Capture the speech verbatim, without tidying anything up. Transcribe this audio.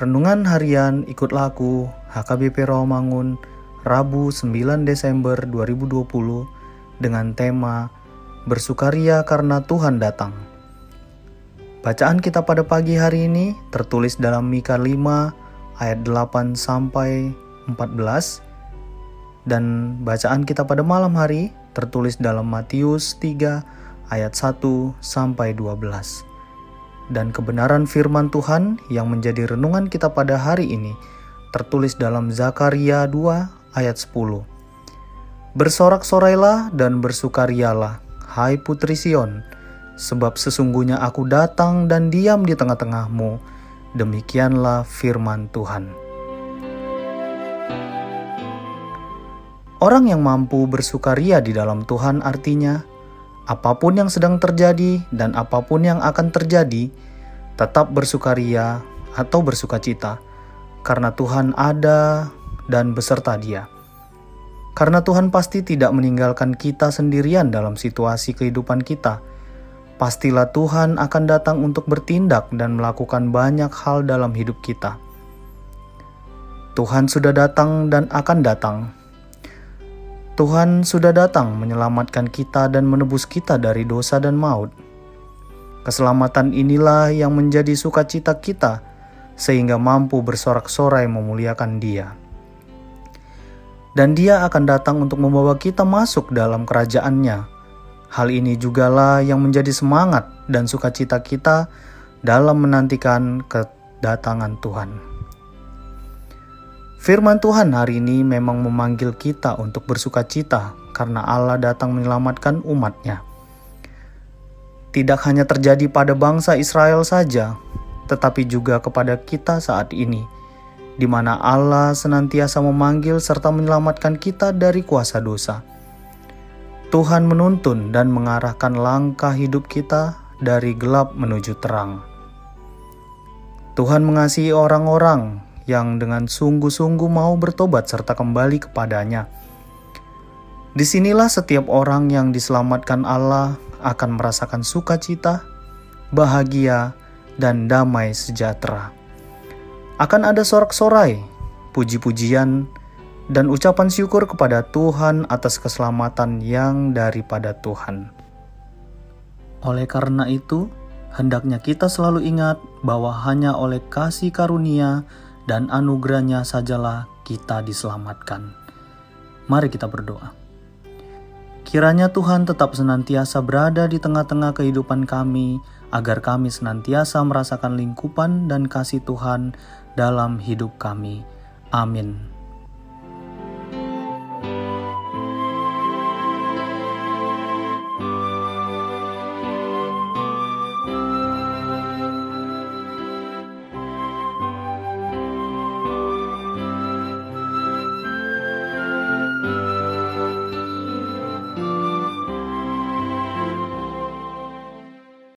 Renungan Harian Ikut Laku H K B P Rawamangun, Rabu sembilan Desember dua ribu dua puluh dengan tema Bersukaria karena Tuhan datang. Bacaan kita pada pagi hari ini tertulis dalam Mika lima ayat delapan sampai empat belas, dan bacaan kita pada malam hari tertulis dalam Matius tiga ayat satu sampai dua belas. Dan kebenaran firman Tuhan yang menjadi renungan kita pada hari ini tertulis dalam Zakaria dua ayat sepuluh. Bersorak-sorailah dan bersukarialah, hai putri Sion, sebab sesungguhnya aku datang dan diam di tengah-tengahmu. Demikianlah firman Tuhan. Orang yang mampu bersukaria di dalam Tuhan artinya, apapun yang sedang terjadi dan apapun yang akan terjadi, tetap bersukaria atau bersukacita, karena Tuhan ada dan beserta Dia. Karena Tuhan pasti tidak meninggalkan kita sendirian dalam situasi kehidupan kita. Pastilah Tuhan akan datang untuk bertindak dan melakukan banyak hal dalam hidup kita. Tuhan sudah datang dan akan datang. Tuhan sudah datang menyelamatkan kita dan menebus kita dari dosa dan maut. Keselamatan inilah yang menjadi sukacita kita, sehingga mampu bersorak-sorai memuliakan Dia. Dan Dia akan datang untuk membawa kita masuk dalam kerajaan-Nya. Hal ini jugalah yang menjadi semangat dan sukacita kita dalam menantikan kedatangan Tuhan. Firman Tuhan hari ini memang memanggil kita untuk bersukacita karena Allah datang menyelamatkan umat-Nya. Tidak hanya terjadi pada bangsa Israel saja, tetapi juga kepada kita saat ini, di mana Allah senantiasa memanggil serta menyelamatkan kita dari kuasa dosa. Tuhan menuntun dan mengarahkan langkah hidup kita dari gelap menuju terang. Tuhan mengasihi orang-orang yang dengan sungguh-sungguh mau bertobat serta kembali kepadanya. Disinilah setiap orang yang diselamatkan Allah akan merasakan sukacita, bahagia, dan damai sejahtera. Akan ada sorak-sorai, puji-pujian, dan ucapan syukur kepada Tuhan atas keselamatan yang daripada Tuhan. Oleh karena itu, hendaknya kita selalu ingat bahwa hanya oleh kasih karunia dan anugerah-Nya sajalah kita diselamatkan. Mari kita berdoa. Kiranya Tuhan tetap senantiasa berada di tengah-tengah kehidupan kami, agar kami senantiasa merasakan lingkupan dan kasih Tuhan dalam hidup kami. Amin.